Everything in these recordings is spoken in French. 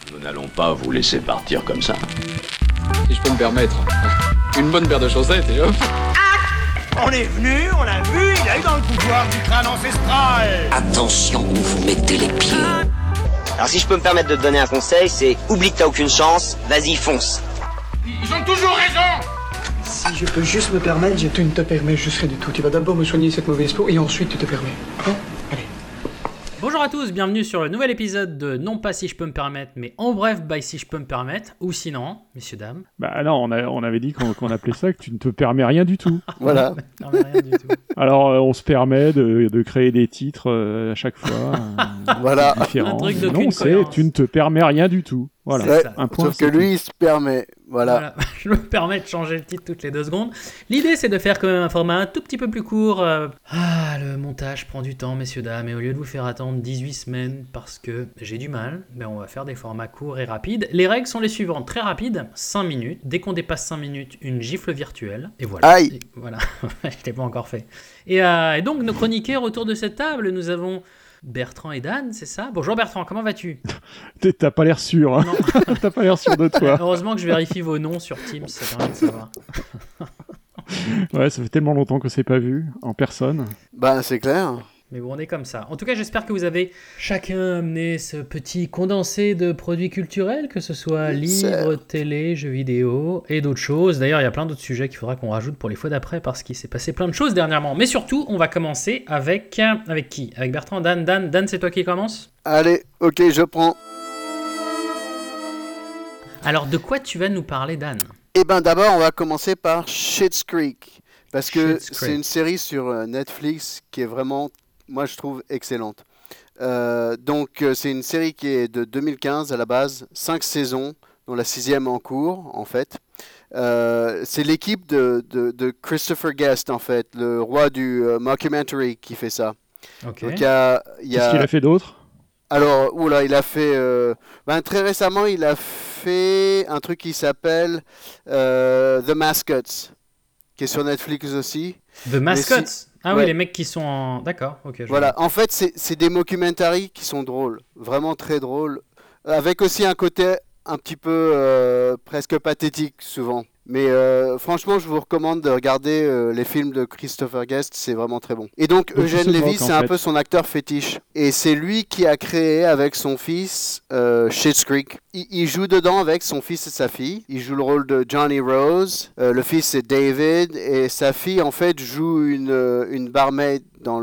Nous n'allons pas vous laisser partir comme ça. Si je peux me permettre, une bonne paire de chaussettes et hop. On est venu, on l'a vu, il a eu dans le pouvoir du crâne ancestral. Attention où vous mettez les pieds. Alors si je peux me permettre de te donner un conseil, c'est oublie que t'as aucune chance, vas-y fonce. Ils ont toujours raison. Si je peux juste me permettre, tu ne te permets juste rien du tout. Tu vas d'abord me soigner cette mauvaise peau et ensuite tu te permets. Hein? Allez. Bonjour à tous, bienvenue sur le nouvel épisode de Non pas si je peux me permettre, mais en bref, by si je peux me permettre, ou sinon, messieurs, dames. Bah non, on avait dit qu'on appelait ça que tu ne te permets rien du tout. Voilà. Rien du tout. Alors, on se permet de créer des titres à chaque fois. Voilà. Un truc d'aucune non, c'est cohérence. tu ne te permets rien du tout. Voilà. Ouais, un point. sauf que lui, il se permet. Voilà. Je me permets de changer le titre toutes les 2 secondes. L'idée, c'est de faire quand même un format un tout petit peu plus court. Le montage prend du temps, messieurs, dames. Et au lieu de vous faire attendre 18 semaines parce que j'ai du mal, on va faire des formats courts et rapides. Les règles sont les suivantes. Très rapides, 5 minutes. Dès qu'on dépasse 5 minutes, une gifle virtuelle. Et voilà. Aïe. Et voilà. Je ne l'ai pas encore fait. Et donc, nos chroniqueurs autour de cette table, nous avons Bertrand et Dan, c'est ça? Bonjour Bertrand, comment vas-tu? T'as pas l'air sûr, hein. T'as pas l'air sûr de toi. Heureusement que je vérifie vos noms sur Teams, ça permet de savoir. Ouais, ça fait tellement longtemps que c'est pas vu en personne. Bah, c'est clair. Mais bon, on est comme ça. En tout cas, j'espère que vous avez chacun amené ce petit condensé de produits culturels, que ce soit livres, télé, jeux vidéo et d'autres choses. D'ailleurs, il y a plein d'autres sujets qu'il faudra qu'on rajoute pour les fois d'après parce qu'il s'est passé plein de choses dernièrement. Mais surtout, on va commencer avec qui? Avec Bertrand, Dan. Dan, c'est toi qui commence? Allez, ok, je prends. Alors, de quoi tu vas nous parler, Dan? Eh ben, d'abord, on va commencer par Schitt's Creek. Parce que Schitt's Creek. c'est une série sur Netflix qui est vraiment, moi je trouve, excellente. C'est une série qui est de 2015 à la base, 5 saisons, dont la 6e en cours, en fait. C'est l'équipe de Christopher Guest, en fait, le roi du mockumentary, qui fait ça. Ok. Donc, Qu'est-ce qu'il a fait d'autre? Alors, il a fait... très récemment, il a fait un truc qui s'appelle The Mascots, qui est sur Netflix aussi. The Mascots? Ah ouais. oui, les mecs qui sont en... D'accord, ok. Voilà, en fait, c'est des mockumentaries qui sont drôles, vraiment très drôles, avec aussi un côté un petit peu presque pathétique souvent. Mais franchement, je vous recommande de regarder les films de Christopher Guest, c'est vraiment très bon. Et donc Eugène Levy, c'est un peu son acteur fétiche. Et c'est lui qui a créé avec son fils Schitt's Creek. Il joue dedans avec son fils et sa fille. Il joue le rôle de Johnny Rose. Le fils c'est David. Et sa fille, en fait, joue une barmaid dans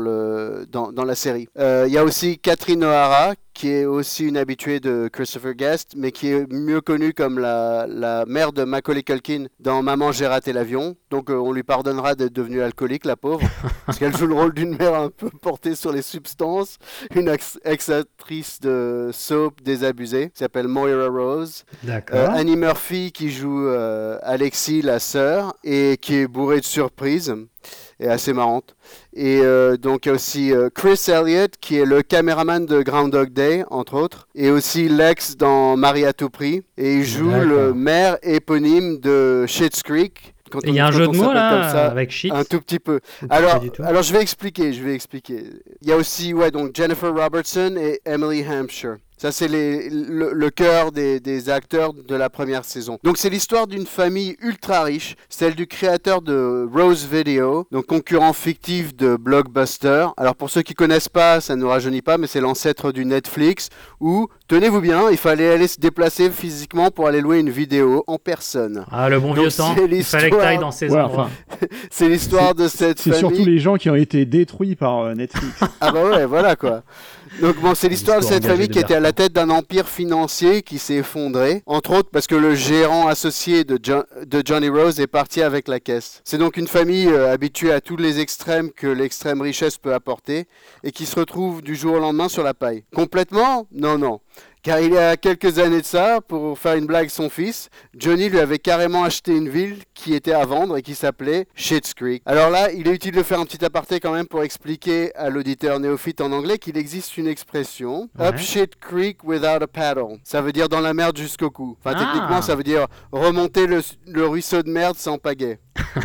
la série. Il y a aussi Catherine O'Hara, qui est aussi une habituée de Christopher Guest, mais qui est mieux connue comme la mère de Macaulay Culkin dans Maman, j'ai raté l'avion. Donc on lui pardonnera d'être devenue alcoolique, la pauvre, parce qu'elle joue le rôle d'une mère un peu portée sur les substances, une ex-actrice de soap désabusée, qui s'appelle Moira Rose. D'accord. Annie Murphy qui joue Alexis, la sœur, et qui est bourrée de surprises. Et assez marrante. Et donc il y a aussi Chris Elliott qui est le caméraman de Groundhog Day, entre autres, et aussi Lex dans Marie à tout prix. Et il joue le maire éponyme de Schitt's Creek. Et il y a un jeu de mots là, avec shit. Un tout petit peu. Alors je vais expliquer. Il y a aussi donc Jennifer Robertson et Emily Hampshire. Ça, c'est le cœur des acteurs de la première saison. Donc, c'est l'histoire d'une famille ultra riche, celle du créateur de Rose Video, donc concurrent fictif de Blockbuster. Alors, pour ceux qui connaissent pas, ça ne nous rajeunit pas, mais c'est l'ancêtre du Netflix, où, tenez-vous bien, il fallait aller se déplacer physiquement pour aller louer une vidéo en personne. Ah, le bon vieux temps, il fallait que tu ailles dans ces endroits. C'est l'histoire de cette famille. C'est surtout les gens qui ont été détruits par Netflix. Ah bah ouais, voilà quoi. Donc c'est l'histoire de cette famille qui était à la tête d'un empire financier qui s'est effondré, entre autres parce que le gérant associé de Johnny Rose est parti avec la caisse. C'est donc une famille habituée à tous les extrêmes que l'extrême richesse peut apporter et qui se retrouve du jour au lendemain sur la paille. Complètement? Non. Car il y a quelques années de ça, pour faire une blague son fils, Johnny lui avait carrément acheté une ville qui était à vendre et qui s'appelait Schitt's Creek. Alors là, il est utile de faire un petit aparté quand même pour expliquer à l'auditeur néophyte en anglais qu'il existe une expression Up Shit Creek without a paddle. Ça veut dire dans la merde jusqu'au cou. Enfin, techniquement, ça veut dire remonter le ruisseau de merde sans pagaie.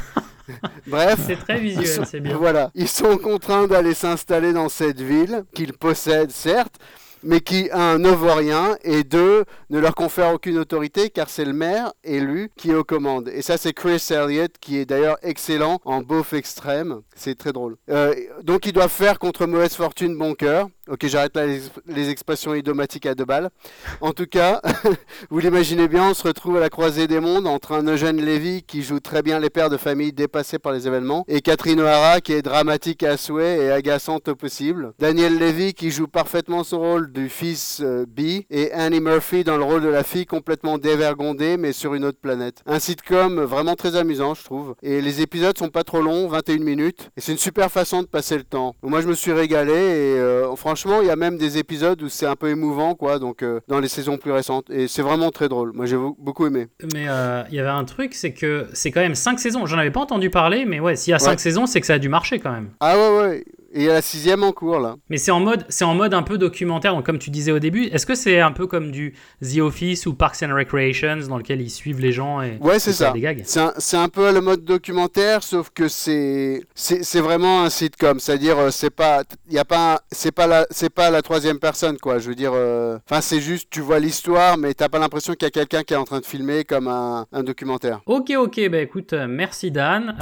Bref, c'est très visuel, c'est bien. Voilà, ils sont contraints d'aller s'installer dans cette ville qu'ils possèdent, certes, mais qui, un, ne voit rien, et deux, ne leur confère aucune autorité, car c'est le maire élu qui est aux commandes. Et ça, c'est Chris Elliott, qui est d'ailleurs excellent en beauf extrême. C'est très drôle. Donc, ils doivent faire contre mauvaise fortune bon cœur. Ok, j'arrête là les expressions idiomatiques à 2 balles. En tout cas, vous l'imaginez bien, on se retrouve à la croisée des mondes entre un Eugène Levy qui joue très bien les pères de famille dépassés par les événements et Catherine O'Hara qui est dramatique à souhait et agaçante au possible. Daniel Levy qui joue parfaitement son rôle du fils B et Annie Murphy dans le rôle de la fille complètement dévergondée mais sur une autre planète. Un sitcom vraiment très amusant, je trouve. Et les épisodes sont pas trop longs, 21 minutes. Et c'est une super façon de passer le temps. Moi, je me suis régalé et franchement, il y a même des épisodes où c'est un peu émouvant, quoi, donc dans les saisons plus récentes. Et c'est vraiment très drôle. Moi, j'ai beaucoup aimé. Mais il y avait un truc, c'est que c'est quand même 5 saisons. J'en avais pas entendu parler, mais ouais, s'il y a 5 saisons, c'est que ça a dû marcher quand même. Ah ouais. Et il y a la 6e en cours, là. Mais c'est en mode un peu documentaire, donc comme tu disais au début, est-ce que c'est un peu comme du The Office ou Parks and Recreations, dans lequel ils suivent les gens et c'est ça. Des gags. C'est un peu le mode documentaire, sauf que c'est vraiment un sitcom, c'est-à-dire c'est pas la troisième personne, quoi. Je veux dire, c'est juste tu vois l'histoire, mais t'as pas l'impression qu'il y a quelqu'un qui est en train de filmer comme un documentaire. Ok, bah écoute, merci Dan.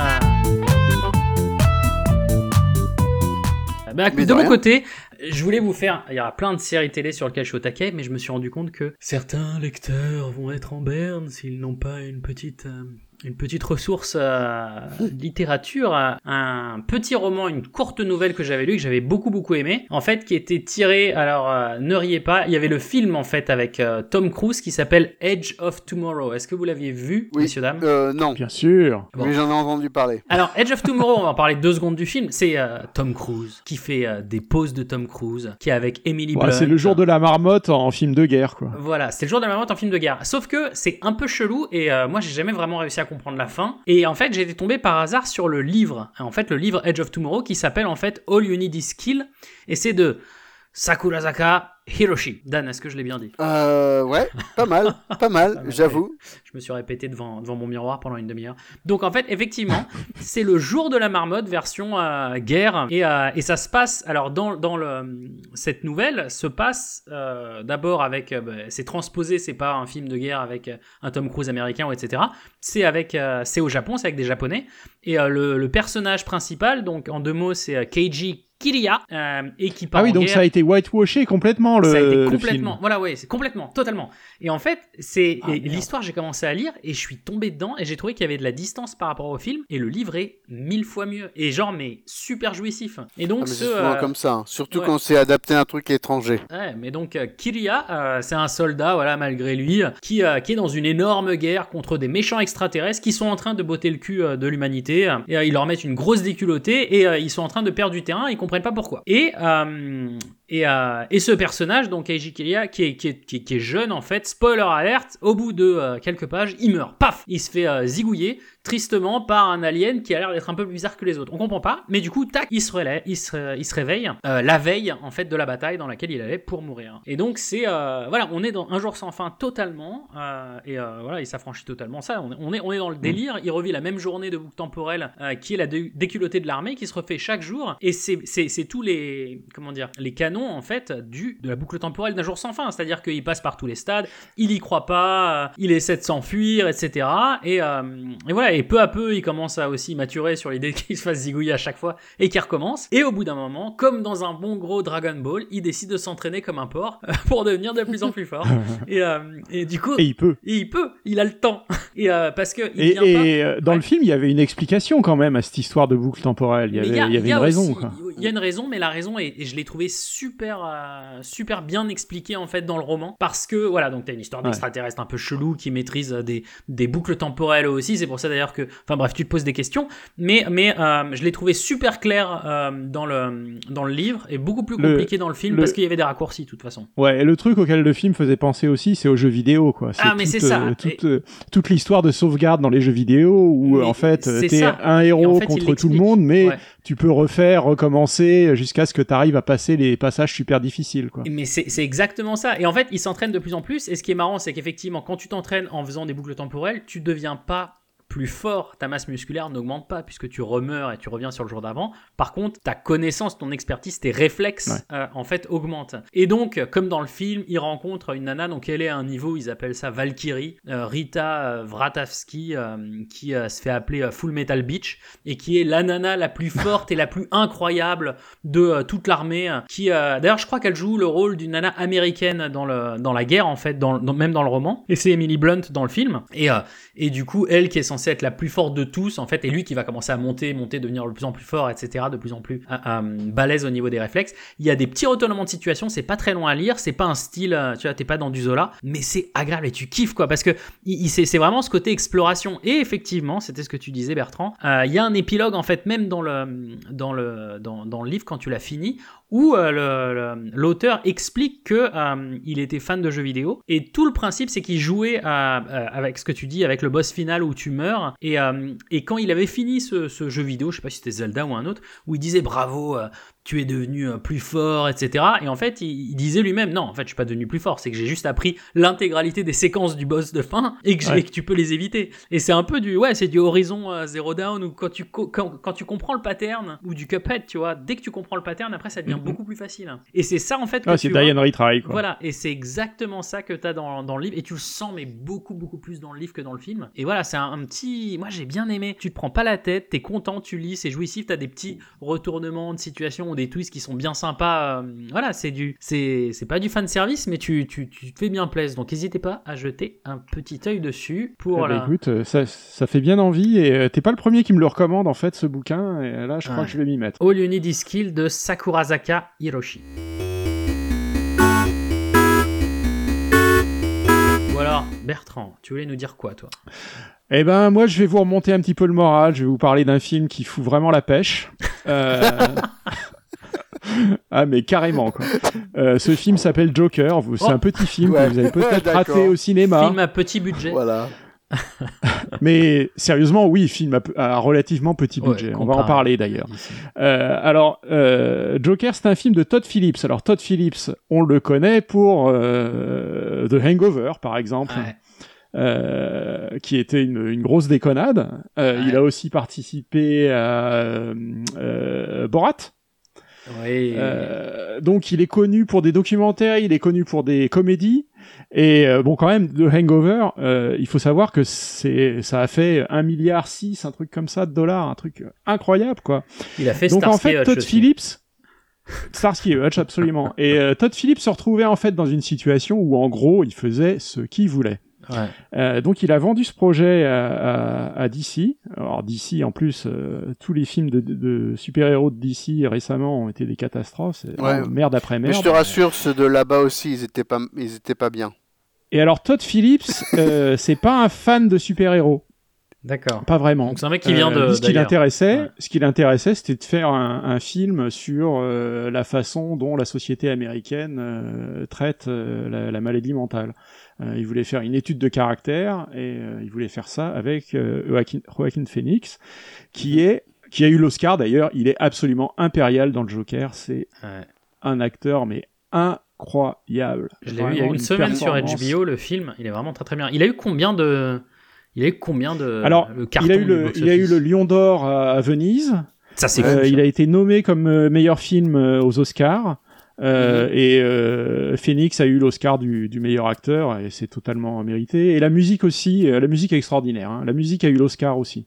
De mon côté, je voulais vous faire... Il y aura plein de séries télé sur lesquelles je suis au taquet, mais je me suis rendu compte que certains lecteurs vont être en berne s'ils n'ont pas une petite ressource littérature, un petit roman, une courte nouvelle que j'avais lu, que j'avais beaucoup aimé, en fait, qui était tiré, alors ne riez pas, il y avait le film en fait avec Tom Cruise qui s'appelle Edge of Tomorrow. Est-ce que vous l'aviez vu, messieurs, dames? Non. Bien sûr. Bon. Mais j'en ai entendu parler. Alors, Edge of Tomorrow, on va en parler 2 secondes du film, c'est Tom Cruise qui fait des poses de Tom Cruise, qui est avec Emily Blunt. C'est le jour de la marmotte en film de guerre, quoi. Voilà, c'est le jour de la marmotte en film de guerre. Sauf que c'est un peu chelou et moi j'ai jamais vraiment réussi à comprendre la fin. Et en fait, j'ai été tombé par hasard sur le livre. En fait, le livre Edge of Tomorrow qui s'appelle en fait All You Need Is Kill. Et c'est de Sakurazaka Hiroshi. Dan, est-ce que je l'ai bien dit? Ouais, pas mal, j'avoue. Je me suis répété devant mon miroir pendant une demi-heure. Donc en fait, effectivement, c'est le jour de la marmotte version guerre. Et ça se passe, alors cette nouvelle se passe d'abord avec, c'est transposé, c'est pas un film de guerre avec un Tom Cruise américain ou etc. C'est au Japon, c'est avec des Japonais. Et le personnage principal, donc en 2 mots, c'est Keiji Kiriya, et qui part en guerre. Ça a été whitewashé complètement, ça a été le complètement, film. voilà, ouais, c'est complètement, totalement. Et en fait, l'histoire, j'ai commencé à lire et je suis tombé dedans et j'ai trouvé qu'il y avait de la distance par rapport au film et le livre est 1000 fois mieux et mais super jouissif. Et donc c'est souvent comme ça, hein. Surtout quand c'est adapté à un truc étranger. Ouais, mais donc Kiriya, c'est un soldat, voilà, malgré lui, qui est dans une énorme guerre contre des méchants extraterrestres qui sont en train de botter le cul de l'humanité et ils leur mettent une grosse déculottée et ils sont en train de perdre du terrain, ils comprennent pas pourquoi. Et ce personnage, donc Keiji Kiriya, qui est jeune en fait, spoiler alert, au bout de quelques pages, il meurt, paf, il se fait zigouiller tristement par un alien qui a l'air d'être un peu plus bizarre que les autres. On comprend pas, mais du coup, tac, il se réveille la veille en fait de la bataille dans laquelle il allait pour mourir. Et donc c'est voilà, on est dans Un jour sans fin totalement voilà, il s'affranchit totalement ça. On est dans le délire. Il revit la même journée de boucle temporelle qui est la déculottée de l'armée qui se refait chaque jour et c'est tous les les canons en fait de la boucle temporelle d'Un jour sans fin. C'est-à-dire qu'il passe par tous les stades, il y croit pas, il essaie de s'enfuir, etc. Et voilà. Et peu à peu, il commence à aussi maturer sur l'idée qu'il se fasse zigouiller à chaque fois et qu'il recommence. Et au bout d'un moment, comme dans un bon gros Dragon Ball, il décide de s'entraîner comme un porc pour devenir de plus en plus fort. Et du coup, il a le temps. Et parce que dans le film, il y avait une explication quand même à cette histoire de boucle temporelle. Il y avait une raison. Il y a une raison, mais la raison et je l'ai trouvé super bien expliquée en fait dans le roman parce que voilà, donc t'as une histoire d'extraterrestre un peu chelou qui maîtrise des boucles temporelles aussi. C'est pour ça d'ailleurs que, enfin bref, tu te poses des questions, mais je l'ai trouvé super clair dans le livre et beaucoup plus compliqué dans le film parce qu'il y avait des raccourcis de toute façon. Ouais, et le truc auquel le film faisait penser aussi, c'est aux jeux vidéo, quoi. C'est ça. Toute l'histoire de sauvegarde dans les jeux vidéo où en fait t'es un héros contre tout le monde, mais tu peux recommencer jusqu'à ce que t'arrives à passer les passages super difficiles, quoi. Mais c'est exactement ça. Et en fait, il s'entraîne de plus en plus. Et ce qui est marrant, c'est qu'effectivement, quand tu t'entraînes en faisant des boucles temporelles, tu deviens pas plus fort, ta masse musculaire n'augmente pas puisque tu remeurs et tu reviens sur le jour d'avant. Par contre, ta connaissance, ton expertise, tes réflexes, en fait, augmentent. Et donc, comme dans le film, il rencontre une nana, donc elle est à un niveau, ils appellent ça Valkyrie, Rita Wratowski, qui se fait appeler Full Metal Bitch, et qui est la nana la plus forte et la plus incroyable de toute l'armée, qui, d'ailleurs, je crois qu'elle joue le rôle d'une nana américaine dans la guerre, en fait, même dans le roman, et c'est Emily Blunt dans le film, et du coup, elle qui est censée être la plus forte de tous, en fait, et lui qui va commencer à monter, devenir de plus en plus fort, etc., de plus en plus balèze au niveau des réflexes. Il y a des petits retournements de situation, c'est pas très long à lire, c'est pas un style, tu vois, t'es pas dans du Zola, mais c'est agréable et tu kiffes, quoi, parce que c'est vraiment ce côté exploration. Et effectivement, c'était ce que tu disais, Bertrand, il y a un épilogue, en fait, même dans le livre, quand tu l'as fini, où l'auteur explique que il était fan de jeux vidéo, et tout le principe c'est qu'il jouait avec ce que tu dis, avec le boss final où tu meurs, et quand il avait fini ce jeu vidéo, je sais pas si c'était Zelda ou un autre, où il disait bravo, tu es devenu plus fort, etc. Et en fait, il disait lui-même, non, en fait, je suis pas devenu plus fort, c'est que j'ai juste appris l'intégralité des séquences du boss de fin et que tu peux les éviter. Et c'est un peu du Horizon Zero Dawn, où quand tu comprends le pattern, ou du Cuphead, tu vois, dès que tu comprends le pattern, après ça devient beaucoup plus facile. Et c'est ça, en fait, que c'est Die and Retry, quoi. Voilà, et c'est exactement ça que t'as dans le livre, et tu le sens, mais beaucoup, beaucoup plus dans le livre que dans le film. Et voilà, c'est un petit... Moi, j'ai bien aimé. Tu te prends pas la tête, t'es content, tu lis, c'est jouissif, t'as des petits retournements de situation ou des twists qui sont bien sympas. Voilà, c'est pas du fan service, mais tu te fais bien plaisir. Donc n'hésitez pas à jeter un petit œil dessus pour écoute, ça fait bien envie, et t'es pas le premier qui me le recommande, en fait, ce bouquin, et là je crois que je vais m'y mettre. All You Need Is Kill de Sakurazaka Hiroshi. Ou alors, Bertrand, tu voulais nous dire quoi, toi ? Eh ben, moi, je vais vous remonter un petit peu le moral. Je vais vous parler d'un film qui fout vraiment la pêche. Ah, mais carrément, quoi. Ce film s'appelle Joker. C'est un petit film que vous avez peut-être raté au cinéma. Film à petit budget. Voilà. Mais sérieusement, oui, film à relativement petit budget. On va en parler d'ailleurs. Alors, Joker, c'est un film de Todd Phillips. Alors, Todd Phillips, on le connaît pour The Hangover, par exemple. Qui était une grosse déconnade. Il a aussi participé à Borat. Oui. Donc il est connu pour des documentaires, il est connu pour des comédies, et bon, quand même, The Hangover, il faut savoir que ça a fait 1,6 milliard, un truc comme ça, de dollars, un truc incroyable, quoi. Il a fait donc Starsky en fait, Hutch Todd aussi. Phillips, Starsky Hutch, absolument. Et Todd Phillips se retrouvait en fait dans une situation où en gros il faisait ce qu'il voulait. Donc il a vendu ce projet à DC. Alors DC, en plus, tous les films de super-héros de DC récemment ont été des catastrophes. C'est merde après merde. Mais je te rassure, ceux de là-bas aussi, ils étaient pas bien. Et alors Todd Phillips, c'est pas un fan de super-héros. D'accord. Pas vraiment. Donc c'est un mec qui vient de. Ce qui l'intéressait, c'était de faire un film sur la façon dont la société américaine traite la maladie mentale. Il voulait faire une étude de caractère, et il voulait faire ça avec Joaquin Phoenix, qui a eu l'Oscar d'ailleurs. Il est absolument impérial dans le Joker. C'est un acteur mais incroyable. Je l'ai vu il y a une semaine sur HBO, le film. Il est vraiment très très bien. Il a eu combien de Alors, il a eu le Lion d'Or à Venise. Ça, c'est cool, il a été nommé comme meilleur film aux Oscars. Et Phoenix a eu l'Oscar du meilleur acteur, et c'est totalement mérité. Et la musique aussi, la musique est extraordinaire. Hein. La musique a eu l'Oscar aussi.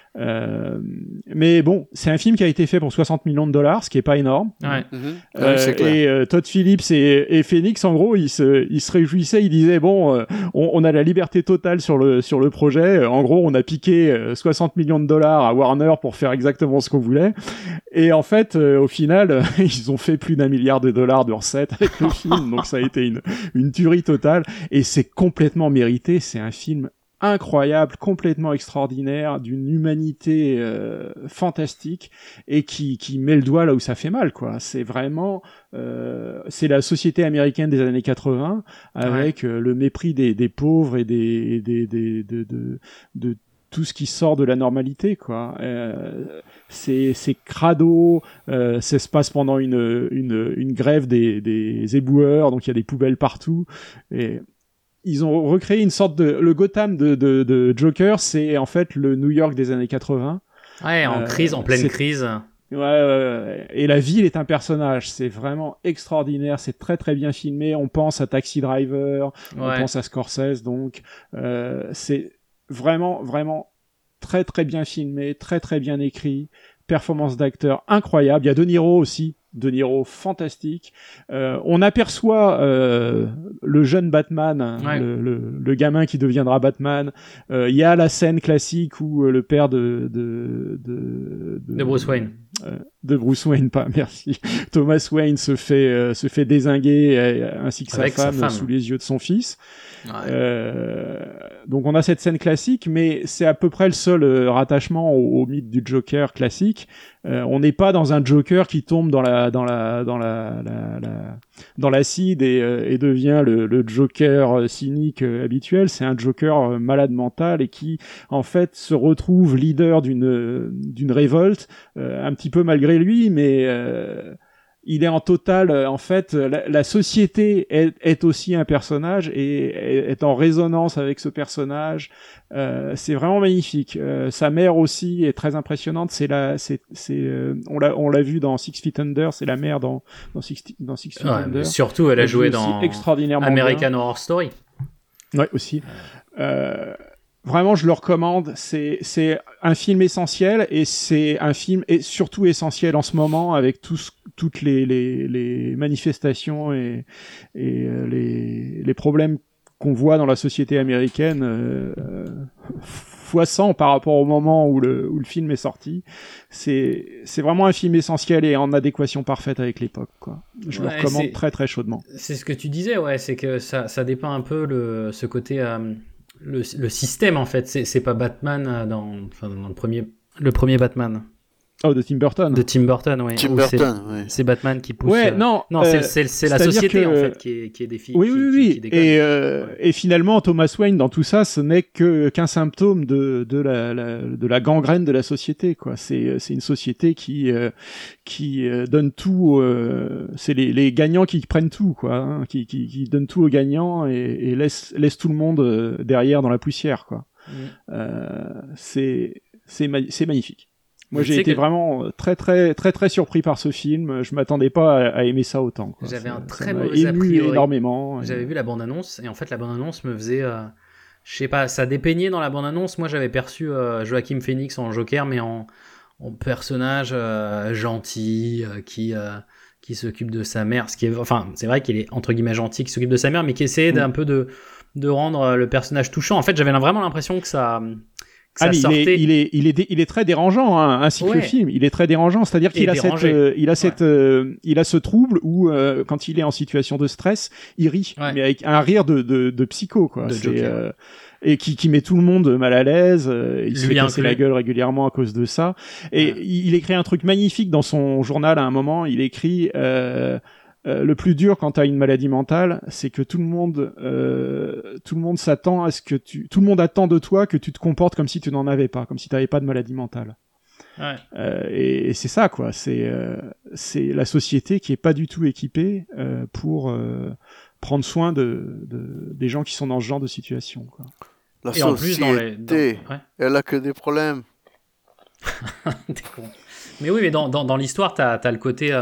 Mais bon, c'est un film qui a été fait pour 60 millions de dollars, ce qui est pas énorme. C'est clair. Et Todd Phillips et Phoenix, en gros, ils se réjouissaient. Ils disaient bon, on a la liberté totale sur le projet. En gros, on a piqué 60 millions de dollars à Warner pour faire exactement ce qu'on voulait. Et en fait, au final, ils ont fait plus d'1 milliard de dollars de recettes avec le film. Donc ça a été une tuerie totale. Et c'est complètement mérité. C'est un film incroyable, complètement extraordinaire, d'une humanité fantastique, et qui met le doigt là où ça fait mal, quoi. C'est vraiment c'est la société américaine des années 80 avec le mépris des pauvres et de tout ce qui sort de la normalité, quoi. C'est crado, ça se passe pendant une grève des éboueurs, donc il y a des poubelles partout, et ils ont recréé une sorte de... Le Gotham de Joker, c'est en fait le New York des années 80. Ouais, en crise, en pleine crise. Ouais. Et la ville est un personnage. C'est vraiment extraordinaire. C'est très très bien filmé. On pense à Taxi Driver, on pense à Scorsese. Donc, c'est vraiment très très bien filmé, très très bien écrit. Performance d'acteur incroyable. Il y a De Niro aussi. De Niro fantastique. On aperçoit le jeune Batman, le gamin qui deviendra Batman. Il y a la scène classique où le père de Bruce Wayne. De Bruce Wayne, pas merci. Thomas Wayne se fait dézinguer ainsi que sa femme sous les yeux de son fils. Donc on a cette scène classique, mais c'est à peu près le seul rattachement au mythe du Joker classique. On n'est pas dans un Joker qui tombe dans l'acide et devient le Joker cynique habituel. C'est un Joker malade mental et qui en fait se retrouve leader d'une révolte, un petit peu malgré lui, mais il est en total, en fait, la société est aussi un personnage et est en résonance avec ce personnage. C'est vraiment magnifique. Sa mère aussi est très impressionnante. On l'a vu dans Six Feet Under. C'est la mère dans Six Feet Under. Surtout, elle a joué dans American Horror Story. Ouais, aussi. Vraiment, je le recommande. C'est un film essentiel et c'est un film surtout essentiel en ce moment avec toutes les manifestations et les problèmes qu'on voit dans la société américaine fois 100 par rapport au moment où le film est sorti. C'est vraiment un film essentiel et en adéquation parfaite avec l'époque, quoi. Je le recommande très très chaudement. C'est ce que tu disais, c'est que ça dépeint un peu ce côté le système en fait. C'est pas Batman dans le premier Batman. Oh, de Tim Burton. De Tim Burton, ouais. Tim Burton, ouais. C'est Batman qui pousse. Ouais, non, c'est la société en fait qui est défiée. Oui. Et finalement, Thomas Wayne dans tout ça, ce n'est qu'un symptôme de la gangrène de la société, quoi. C'est une société qui donne tout. C'est les gagnants qui prennent tout, quoi. Hein, qui donnent tout aux gagnants et laissent tout le monde derrière dans la poussière, quoi. C'est magnifique. Moi, j'ai été vraiment très, très, très, très surpris par ce film. Je m'attendais pas à aimer ça autant, quoi. J'avais un très mauvais a priori. Énormément. J'avais vu la bande-annonce et en fait, la bande-annonce me faisait, je sais pas, ça dépeignait dans la bande-annonce. Moi, j'avais perçu Joaquin Phoenix en Joker, mais en personnage gentil qui s'occupe de sa mère. C'est vrai qu'il est entre guillemets gentil, qui s'occupe de sa mère, mais qui essayait d'un peu de rendre le personnage touchant. En fait, j'avais vraiment l'impression que ça. Il est très dérangeant, hein, ainsi que le film. Il est très dérangeant, c'est-à-dire qu'il a ce trouble où quand il est en situation de stress, il rit, mais avec un rire de psycho, quoi. Et qui met tout le monde mal à l'aise. Il se fait casser la gueule régulièrement à cause de ça. Et il écrit un truc magnifique dans son journal à un moment. Il écrit le plus dur quand t'as une maladie mentale, c'est que tout le monde s'attend à tout le monde attend de toi que tu te comportes comme si tu n'en avais pas, comme si t'avais pas de maladie mentale. Ouais. Et c'est ça, quoi. C'est la société qui est pas du tout équipée pour prendre soin des gens qui sont dans ce genre de situation, quoi. La et société, elle a que des problèmes. T'es con. Mais oui, mais dans l'histoire, t'as le côté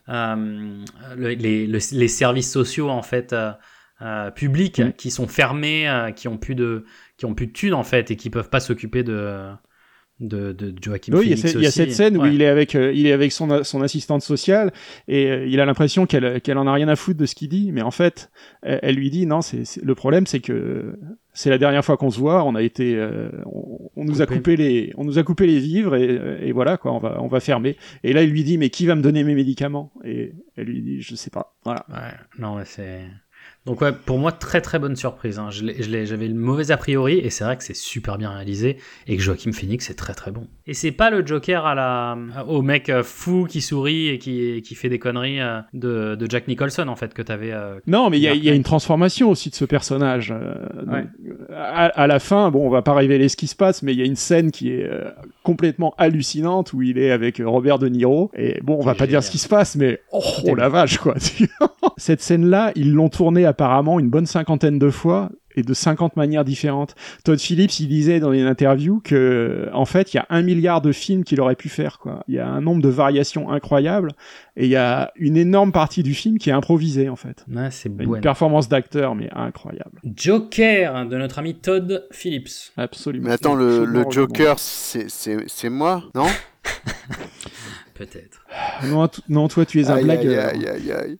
les services sociaux en fait publics qui sont fermés, qui ont plus de thunes en fait et qui peuvent pas s'occuper de Joaquin Phoenix aussi. Il y a cette scène où il est avec son assistante sociale et il a l'impression qu'elle en a rien à foutre de ce qu'il dit, mais en fait elle lui dit non, le problème c'est que c'est la dernière fois qu'on se voit, on nous a coupé les vivres et voilà, quoi, on va fermer. Et là il lui dit mais qui va me donner mes médicaments? Et elle lui dit je sais pas. Voilà. Ouais, non, mais c'est donc ouais, pour moi très très bonne surprise, hein. J'avais le mauvais a priori et c'est vrai que c'est super bien réalisé et que Joaquin Phoenix est très très bon. Et c'est pas le Joker au mec fou qui sourit et qui fait des conneries de Jack Nicholson en fait que t'avais. Non, mais il y a une transformation aussi de ce personnage. Donc, à la fin, bon, on va pas révéler ce qui se passe, mais il y a une scène qui est complètement hallucinante où il est avec Robert De Niro et bon, on va pas dire ce qui se passe, mais oh la vache, quoi. Cette scène-là, ils l'ont tournée apparemment une bonne 50aine de fois et de 50 manières différentes. Todd Phillips, il disait dans une interview que, en fait, il y a 1 milliard de films qu'il aurait pu faire, quoi. Il y a un nombre de variations incroyables, et il y a une énorme partie du film qui est improvisée, en fait. Ouais, c'est Une bon. performance d'acteur, mais incroyable. Joker de notre ami Todd Phillips. Absolument. Mais attends, le Joker, c'est moi, non? Peut-être. Non, toi, tu es un blagueur. Aïe.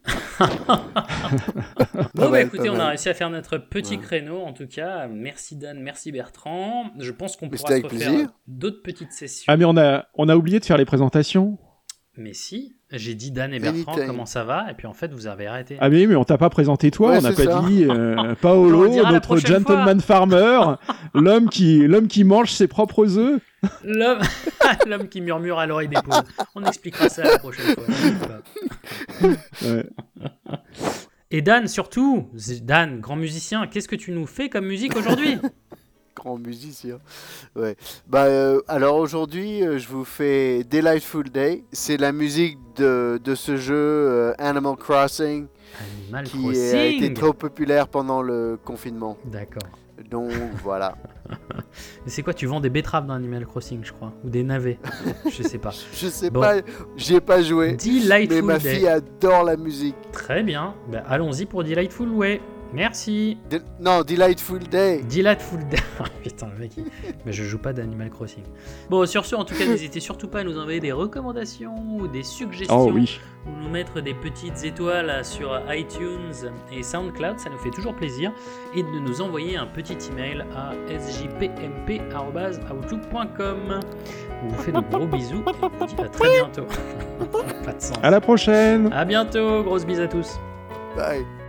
Bon, écoutez, on a réussi à faire notre petit créneau, en tout cas. Merci Dan, merci Bertrand. Je pense qu'on pourra se refaire d'autres petites sessions. Ah, mais on a oublié de faire les présentations. Mais si, j'ai dit Dan et Bertrand, comment ça va? Et puis en fait, vous avez arrêté. Ah mais on t'a pas présenté toi, on n'a pas dit Paolo, notre gentleman farmer, l'homme qui mange ses propres œufs. L'homme qui murmure à l'oreille des poules. On expliquera ça la prochaine fois. Ouais. Et Dan, surtout, Dan, grand musicien, qu'est-ce que tu nous fais comme musique aujourd'hui? Grand musicien. Ouais. Alors aujourd'hui, je vous fais Delightful Day. C'est la musique de ce jeu Animal Crossing qui a été trop populaire pendant le confinement. D'accord. Donc voilà. C'est quoi, tu vends des betteraves dans Animal Crossing, je crois, ou des navets? Je sais pas. Je sais pas, j'y ai pas joué. Delightful mais ma Day. fille adore la musique. Très bien. Allons-y pour Delightful Way. Merci. Delightful Day. Delightful Day. Putain, le mec. Mais je joue pas d'Animal Crossing. Bon, sur ce, en tout cas, n'hésitez surtout pas à nous envoyer des recommandations ou des suggestions. Oh oui. Ou nous mettre des petites étoiles sur iTunes et SoundCloud, ça nous fait toujours plaisir. Et de nous envoyer un petit email à sjpmp@outlook.com. On vous fait de gros bisous. Et on vous dit à très bientôt. Pas de sens. À la prochaine. À bientôt. Grosse bise à tous. Bye.